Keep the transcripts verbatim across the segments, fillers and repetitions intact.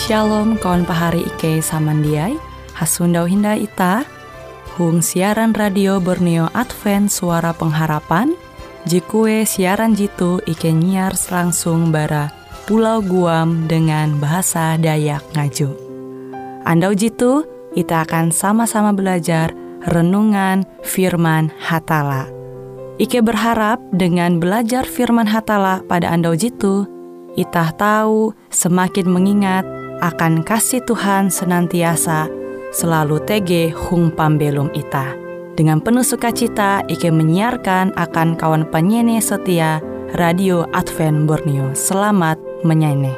Shalom kawan pahari Ike samandiai, hasundau hinda ita, hung siaran radio Borneo Advent Suara Pengharapan, jikue siaran jitu Ike nyiar langsung bara Pulau Guam dengan bahasa Dayak Ngaju. Andau jitu, kita akan sama-sama belajar renungan firman Hatala. Ike berharap dengan belajar firman Hatala pada andau jitu, kita tahu semakin mengingat akan kasih Tuhan senantiasa selalu tege hung pambelum ita. Dengan penuh sukacita, Ike menyiarkan akan kawan penyanyi setia Radio Advent Borneo. Selamat menyanyi.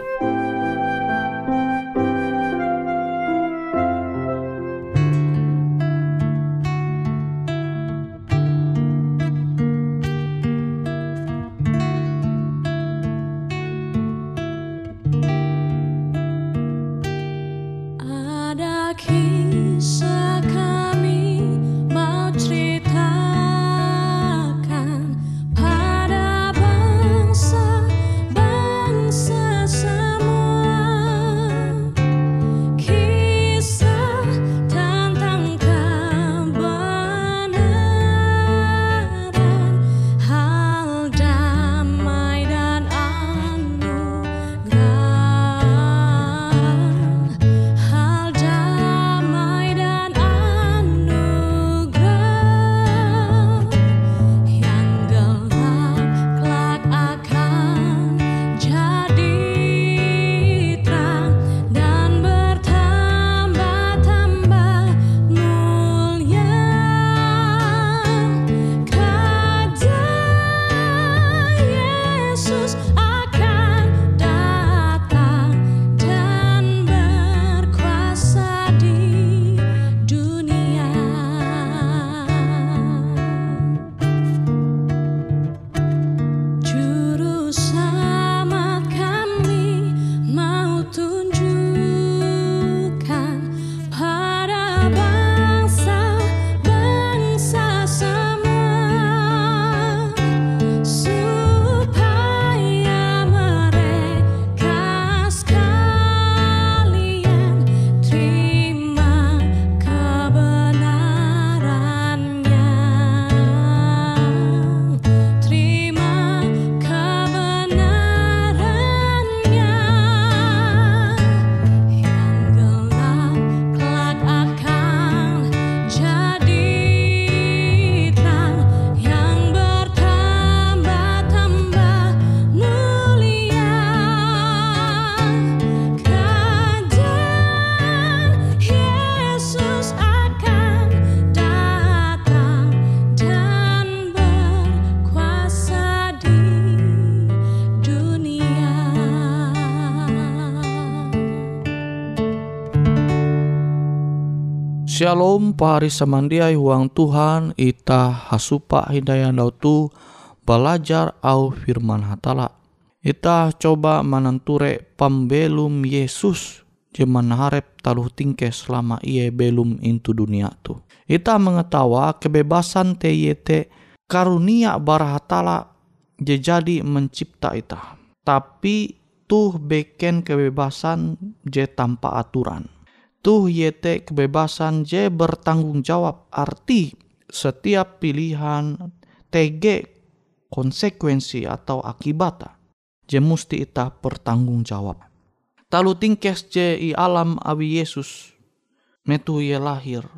Shalom pahari samandiai huang Tuhan, ita hasupa hidayah dautu belajar au firman Hatala. Ita coba mananture pambelum Yesus jeman harap taluh tingke selama ia belum intu dunia tu. Ita mengetawa kebebasan te yete karunia bara Hatala je jadi mencipta ita. Tapi tuh beken kebebasan je tanpa aturan. Tuh yete kebebasan je bertanggung jawab, arti setiap pilihan tege konsekuensi atau akibat je musti ita bertanggung jawab. Talu tingkes je i alam awi Yesus metu ia lahir.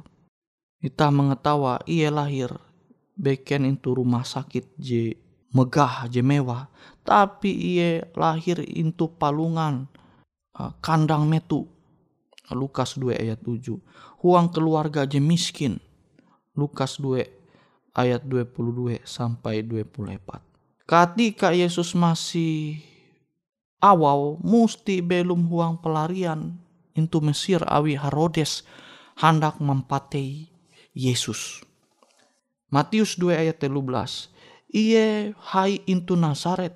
Ita mengetawa ia lahir beken into rumah sakit je megah je mewah, tapi ia lahir into palungan uh, kandang metu. Lukas dua ayat tujuh. Huang keluarga je miskin. Lukas dua ayat dua puluh dua sampai dua puluh empat. Ketika Yesus masih awal, musti belum huang pelarian into Mesir awi Herodes hendak mempatei Yesus. Matius dua ayat tiga belas. Iye hai into Nazaret,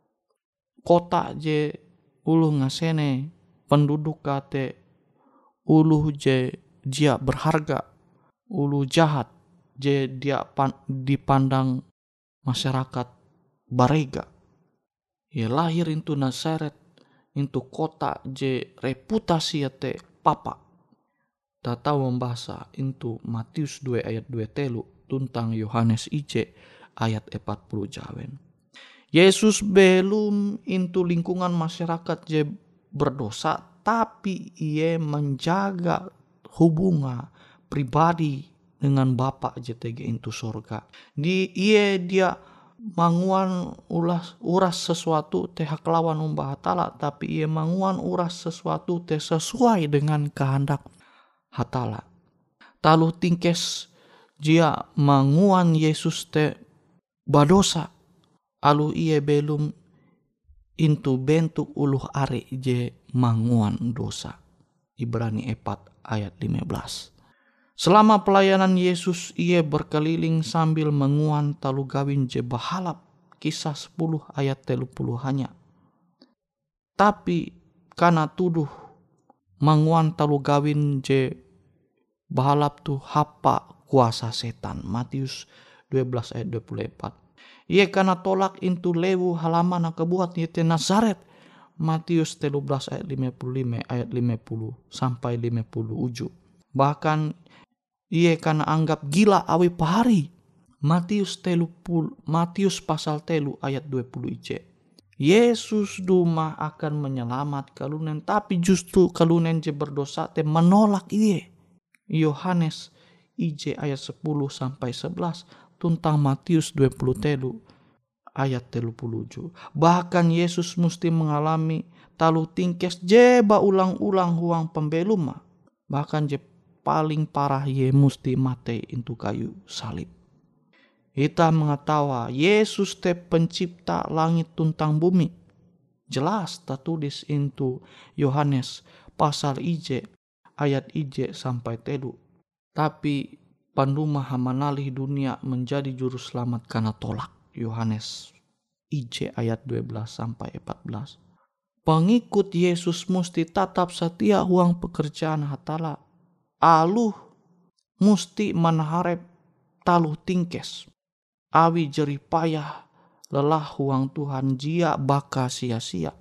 kota je ulu ngasene penduduk kate ulu je dia berharga, ulu jahat je dia pan, dipandang masyarakat barega. Ia lahir itu Nazaret, Into kota je reputasi te papa. Tatau membahasa into Matius dua ayat dua telu tentang Yohanes Ice ayat empat puluh jawen. Yesus belum into lingkungan masyarakat je berdosa, tapi ia menjaga hubungan pribadi dengan Bapa J T G into sorga. Di ia dia manguan ulas uras sesuatu teh kelawan umbah hatala, tapi ia manguan uras sesuatu teh sesuai dengan kehendak hatala. Talu tingkes dia manguan Yesus teh badosa, alu ia belum into bentuk uluh are je manguan dosa. Ibrani empat ayat lima belas. Selama pelayanan Yesus, ia berkeliling sambil menguan talu gawin je bahalap. Kisah sepuluh ayat telu puluh hanya. Tapi karena tuduh menguan talu gawin je bahalap tu hapa kuasa setan. Matius dua belas ayat dua puluh empat. Ia karena tolak into lewu halaman kebuat yaitu Nazaret. Matius tiga belas ayat lima puluh lima ayat lima puluh sampai lima puluh uju. Bahkan ia karena anggap gila awi pahari. Matius telu Matius pasal telu ayat dua puluh ice. Yesus duma akan menyelamat kalunen, tapi justru kalunen je berdosa te menolak iye. Yohanes ice ayat sepuluh sampai sebelas tentang Matius dua puluh telu ayat telu puluh tujuh. Bahkan Yesus mesti mengalami talu tingkes jeba ulang-ulang huang pembelum. Bahkan je paling parah ye mesti mati into kayu salib. Kita mengetawa Yesus te pencipta langit tuntang bumi. Jelas tertulis into Yohanes pasal ije ayat ije sampai telu. Tapi panduma hamanalih dunia menjadi juru selamat karena tolak. Yohanes ije ayat dua belas sampai empat belas. Pengikut Yesus mesti tetap setia huang pekerjaan hatala. Aluh musti menharap taluh tingkes. Awi jerih payah lelah huang Tuhan jia baka sia-sia.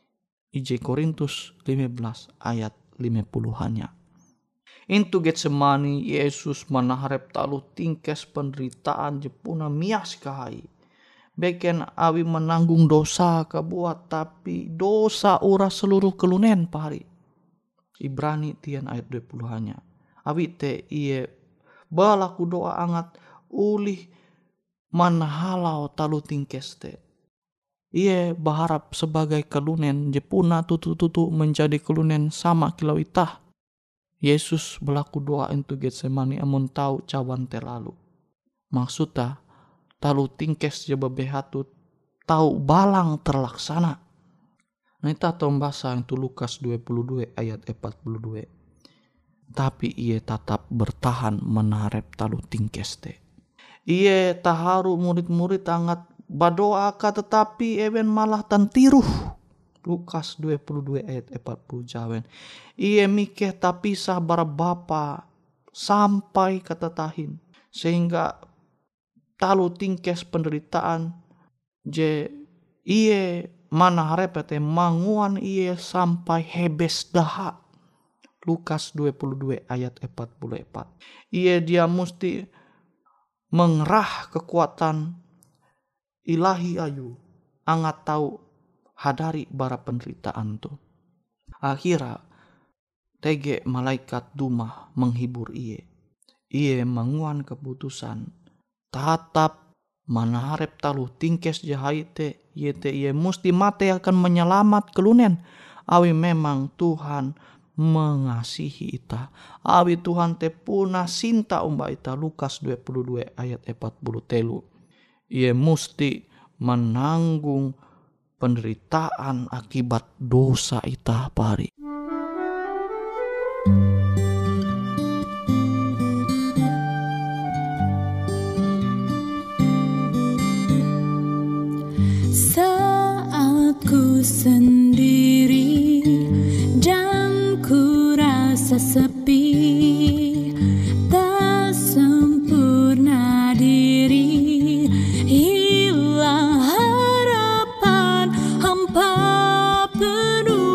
I Korintus lima belas ayat lima puluh hanya. Into Getsemani Yesus menharap taluh tingkes penderitaan jepuna mias kahai. Beken awi menanggung dosa kebuat, tapi dosa uras seluruh kelunen pari. Ibrani tian ayat dua puluh hanya. Awi te iye balaku doa angat ulih manhalau talu tingkes te. Iye berharap sebagai kelunen jepuna tutu-tutu menjadi kelunen sama kilau itah. Yesus berlaku doa into Getsemani amun tahu cawan terlalu. Maksudnya talu tingkes je bebehatut tahu balang terlaksana. Nita tombasa itu Lukas dua puluh dua ayat empat puluh dua. Tapi ia tetap bertahan menarep talu tingkes te. Ia taharu murid-murid angat badoa ka, tetapi ewen malah tantiruh. Lukas dua puluh dua ayat empat puluh jawen. Ia mikeh tapisah bara bapa sampai katatahin. Sehingga talu tingkes penderitaan je ia mana harapete manguan ia sampai hebes daha. Lukas dua puluh dua ayat empat puluh empat. Ia dia mesti mengerah kekuatan ilahi ayu. Angat tahu hadari bara penderitaan tu. Akhirnya tege malaikat duma menghibur ia. Ia menguan keputusan tatap manaharep taluh tingkes jahaite yete ia musti mate akan menyelamat kelunen. Awi memang Tuhan mengasihi ita. Awi Tuhan te puna sinta umba ita. Lukas dua puluh dua ayat empat puluh telu. Ia musti menanggung penderitaan akibat dosa ita pari. Saat ku sendiri dan ku rasa sepi, tak sempurna diri, hilang harapan, hampa penuh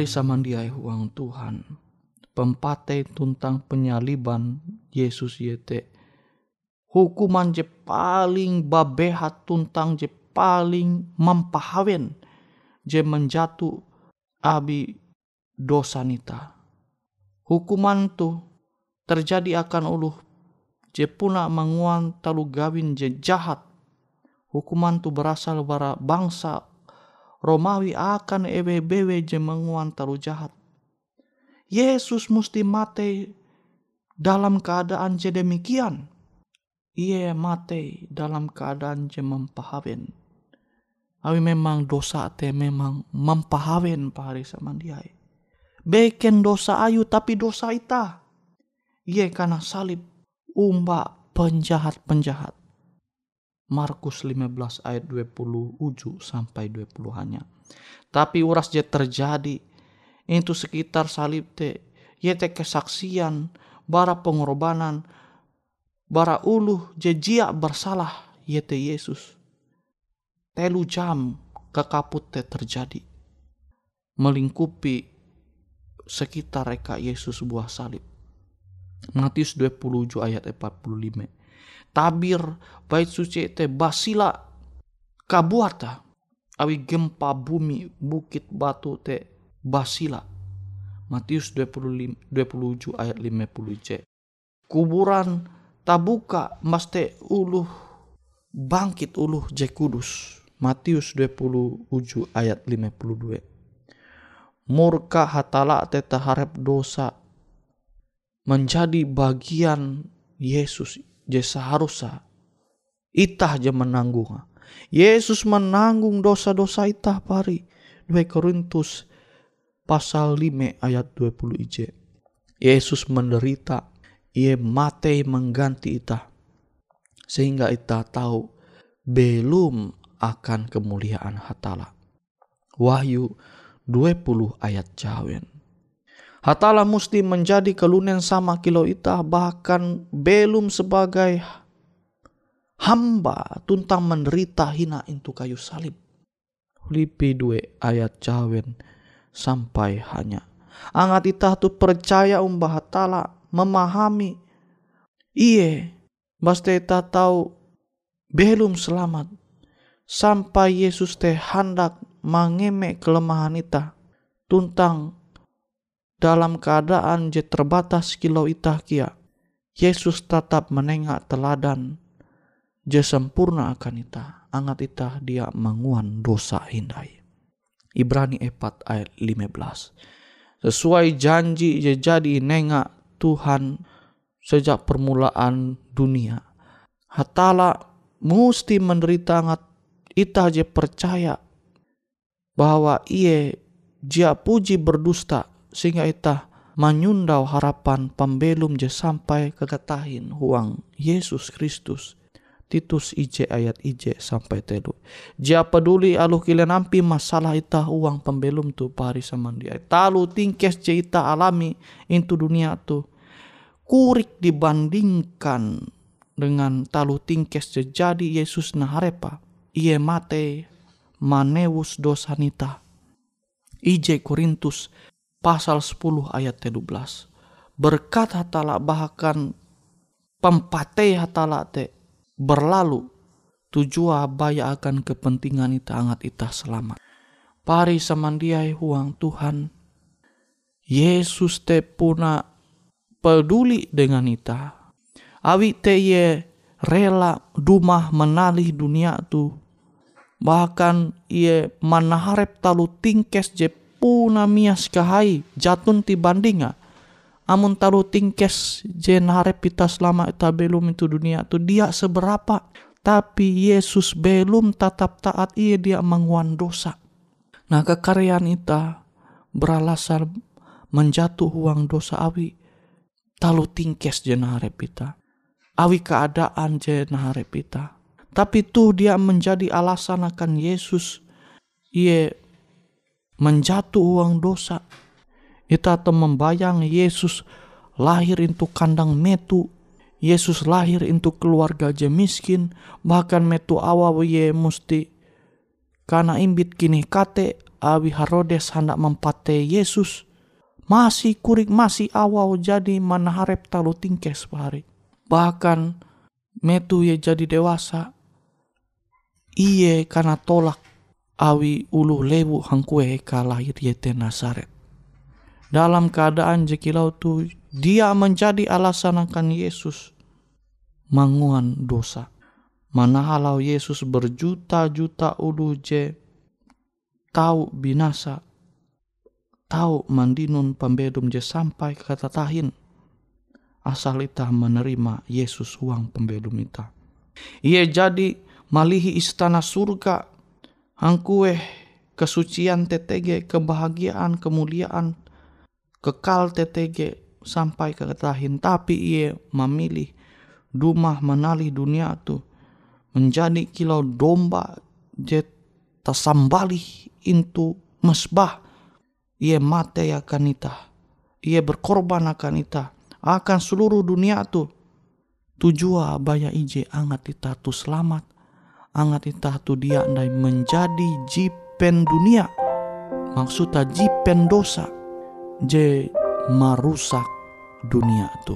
Pari samandiai huang Tuhan, pempate tentang penyaliban Yesus yete hukuman je paling babehat tuntang je paling mempahawen je menjatuh abi dosa nita. Hukuman tu terjadi akan uluh je puna manguan talu gawin je jahat. Hukuman tu berasal bara bangsa Romawi akan ewe-bewe je manguan talu jahat. Yesus musti mati dalam keadaan je demikian. Ia mati dalam keadaan je mempahawen. Awi memang dosa te memang mempahawen pari samandiai. Beken dosa ayu tapi dosa ita. Ia karena salib umba penjahat-penjahat. Markus lima belas ayat dua puluh tujuh sampai dua puluh hanya. Tapi uras je terjadi itu sekitar salib te, yete kesaksian bara pengorbanan bara uluh je jia bersalah yete Yesus. Telu jam kekaput te terjadi melingkupi sekitar reka Yesus buah salib. Matius dua puluh tujuh ayat empat puluh lima. Tabir bait suci te basila kabuata awi gempa bumi bukit batu te basila. Matius dua puluh lima, dua puluh tujuh ayat lima puluh c. Kuburan tabuka maste uluh bangkit uluh je kudus. Matius dua puluh tujuh ayat lima puluh dua. Murka hatala te taharep dosa menjadi bagian Yesus je seharusnya itah je menanggung. Yesus menanggung dosa-dosa itah pari. dua Korintus pasal lima ayat dua puluh ij. Yesus menderita, ia mati mengganti itah sehingga itah tahu belum akan kemuliaan hatala. Wahyu dua puluh ayat jawen. Hatala musti menjadi kelunen sama kilo itah bahkan belum sebagai hamba tuntang menderita hina into kayu salib. Filipi dua ayat jawen sampai hanya. Angat itah tu percaya umbah hatala memahami. Iye pasti itah tahu belum selamat sampai Yesus teh hendak mengeme kelemahan itah tuntang dalam keadaan je terbatas kilo itah kia. Yesus tetap menengak teladan je sempurna akan itah. Angat itah dia menguan dosa hindai. Ibrani empat ayat lima belas. Sesuai janji je jadi nengak Tuhan sejak permulaan dunia. Hatala musti menderita angat itah je percaya bahwa ia jia puji berdusta sehingga itah menyundau harapan pembelum je sampai keketahin huang Yesus Kristus. Titus ij ayat ij sampai telu. Jia peduli aluh kile nampi masalah itah uang pembelum tu pari samandiai. Talu tingkes je itah alami into dunia tu kurik dibandingkan dengan talu tingkes je jadi Yesus naharepa. Ie mate manewus dosa nita. ij Korintus pasal sepuluh ayat tiga belas. Berkat hatala bahkan pempate hatala te berlalu tujuan baya akan kepentingan ita angat ita selamat. Pari samandiai huang Tuhan. Yesus te puna peduli dengan ita. Awi te ye rela dumah menalih dunia tu. Bahkan ia manaharep talu tingkes je puna mias kahai jatun ti bandinga. Amun talu tingkes je naharep ita selama ita belum itu dunia tu dia seberapa. Tapi Yesus belum tetap taat ia dia menguan dosa. Nah kekaryaan ita beralasan menjatuh uang dosa awi. Talu tingkes je naharep ita. Awi keadaan je naharep ita. Tapi tuh dia menjadi alasan akan Yesus. Ia menjatuh uang dosa. Ita atau membayang Yesus lahir into kandang metu. Yesus lahir into keluarga je miskin. Bahkan metu awa ye musti. Karena imbit kini kate awi Herodes hendak mempatei Yesus, masih kurik masih awal jadi manaharep talu tingkes pari. Bahkan metu ye jadi dewasa, iye karena tolak awi ulu lewu hangkue eka lahir yete Nazaret. Dalam keadaan jekilau tu dia menjadi alasan akan Yesus manguan dosa. Manahalau Yesus berjuta-juta ulu je tahu binasa, tahu mandinun pembedum je sampai kata tahin, asal ita menerima Yesus uang pembedum ita. Ia jadi malihi istana surga, hangkue kesucian T T G, kebahagiaan, kemuliaan, kekal T T G sampai kata tahin. Tapi ia memilih dumah menalih dunia tu menjadi kilau domba je tasambali intu mesbah. Ia mate akan ita, ia berkorban akan ita, akan seluruh dunia tu. Tujua baya ije angat ita tu selamat, angat ita tu dia andai menjadi jipen dunia. Maksudnya jipen dosa je merusak dunia tu.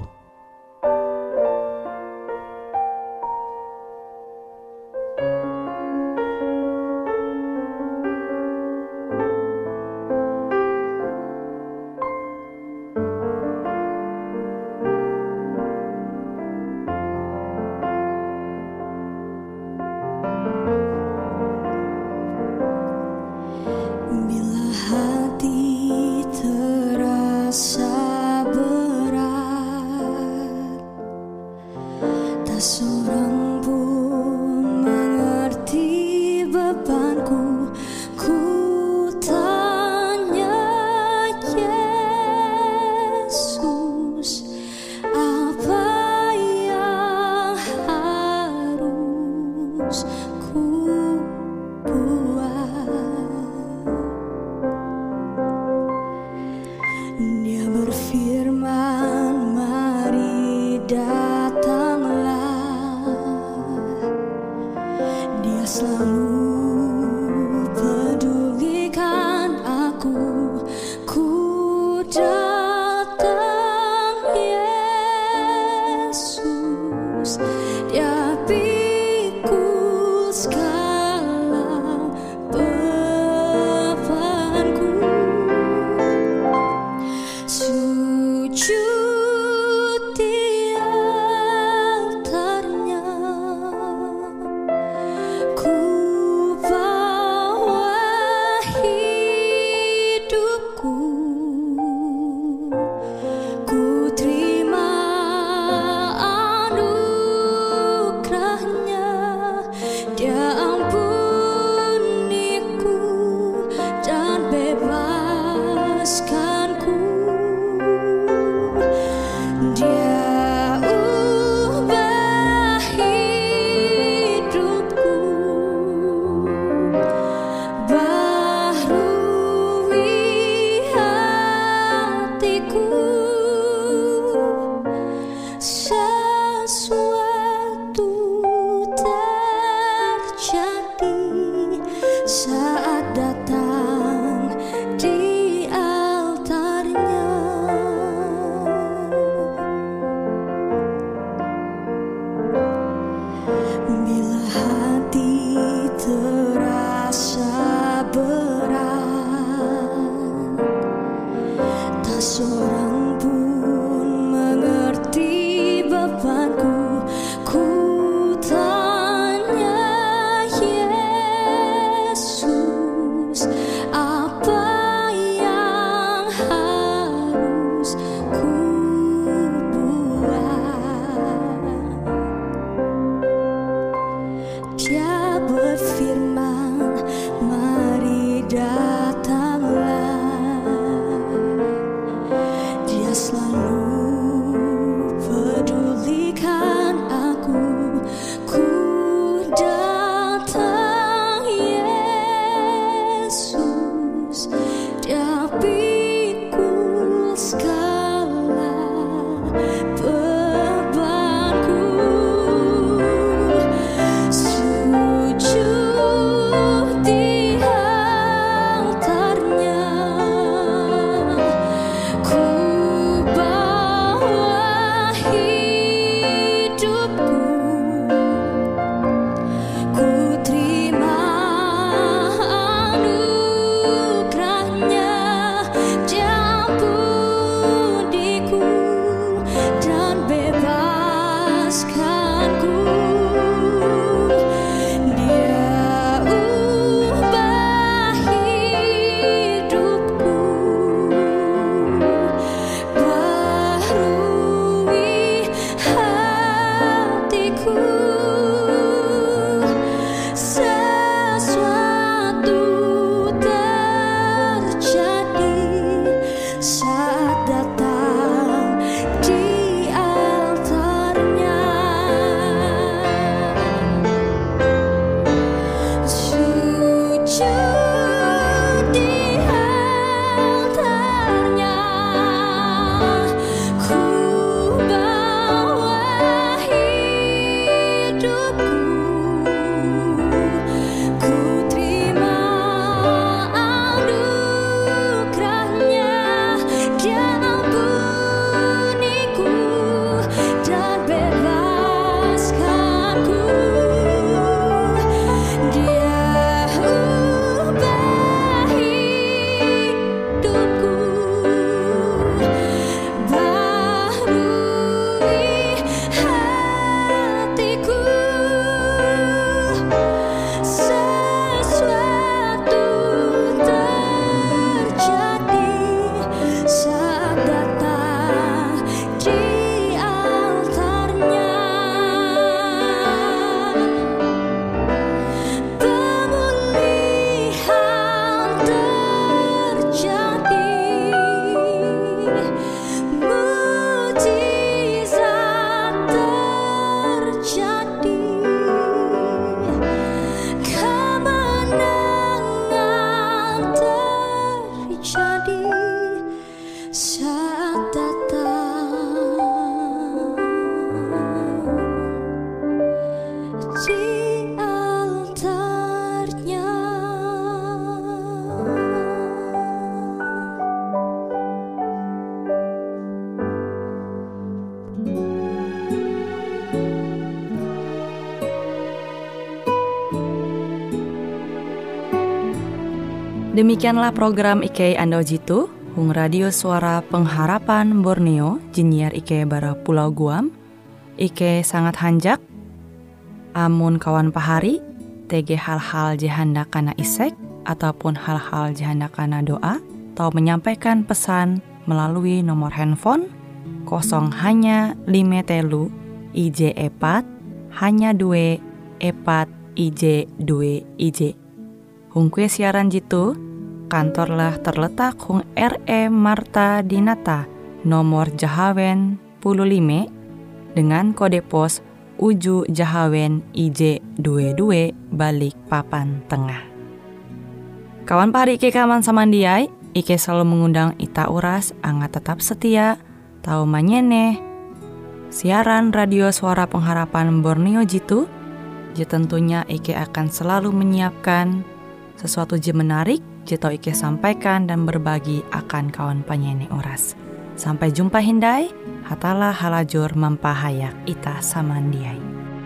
Demikianlah program Ike Ando Jitu, Hung Radio Suara Pengharapan Borneo, Jinnyar Ike bara Pulau Guam. Ike sangat hanjak, amun kawan pahari, tege hal-hal jihanda kana isek, ataupun hal-hal jihanda kana doa, atau menyampaikan pesan melalui nomor handphone kosong hanya lima telu I J epat hanya dua epat I J dua I J. Hung kue siaran jitu kantorlah terletak Hung R E Marta Dinata nomor Jahawen puluh lima dengan kode pos Uju Jahawen I J dua dua balik papan tengah. Kawan pahari Ike kaman samandiai, Ike selalu mengundang ita uras angga tetap setia tahu manyene siaran radio Suara Pengharapan Borneo jitu. Je tentunya Ike akan selalu menyiapkan sesuatu je menarik je tau Ike sampaikan dan berbagi akan kawan penyanyi oras. Sampai jumpa hindai, hatalah halajur mempahayak ita samandiai.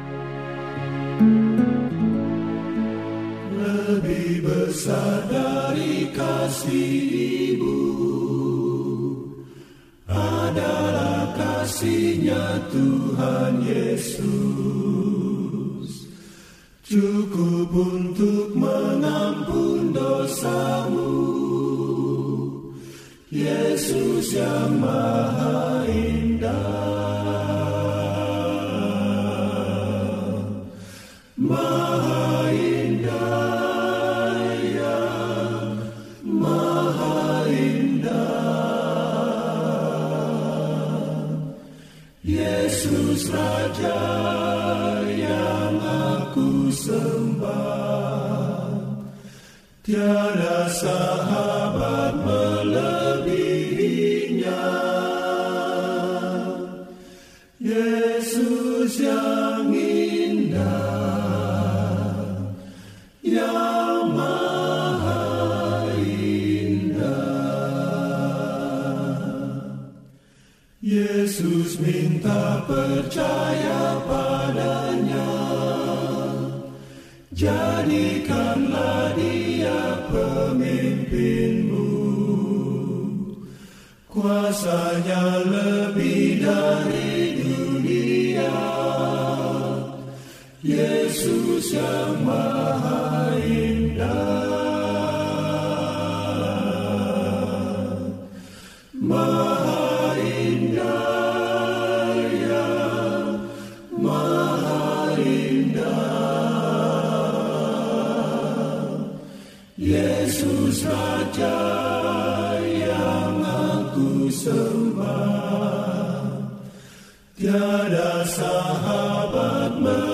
Lebih besar dari kasih ibu adalah kasih-Nya Tuhan Yesus, cukup untuk mengampun dosamu. Yesus yang Maha Indah, Maha Indah, yang Maha Indah. Yesus Raja yang aku sembah, tiada sahabat melebihinya. Yesus yang indah, yang Maha Indah. Yesus minta percaya padanya, jadikanlah Dia pemimpinmu. Kuasanya lebih dari dunia. Yesus yang Maha Indah, Maha Indah, yang Maha Indah. Yesus Raja yang aku sembah, tiada sahabat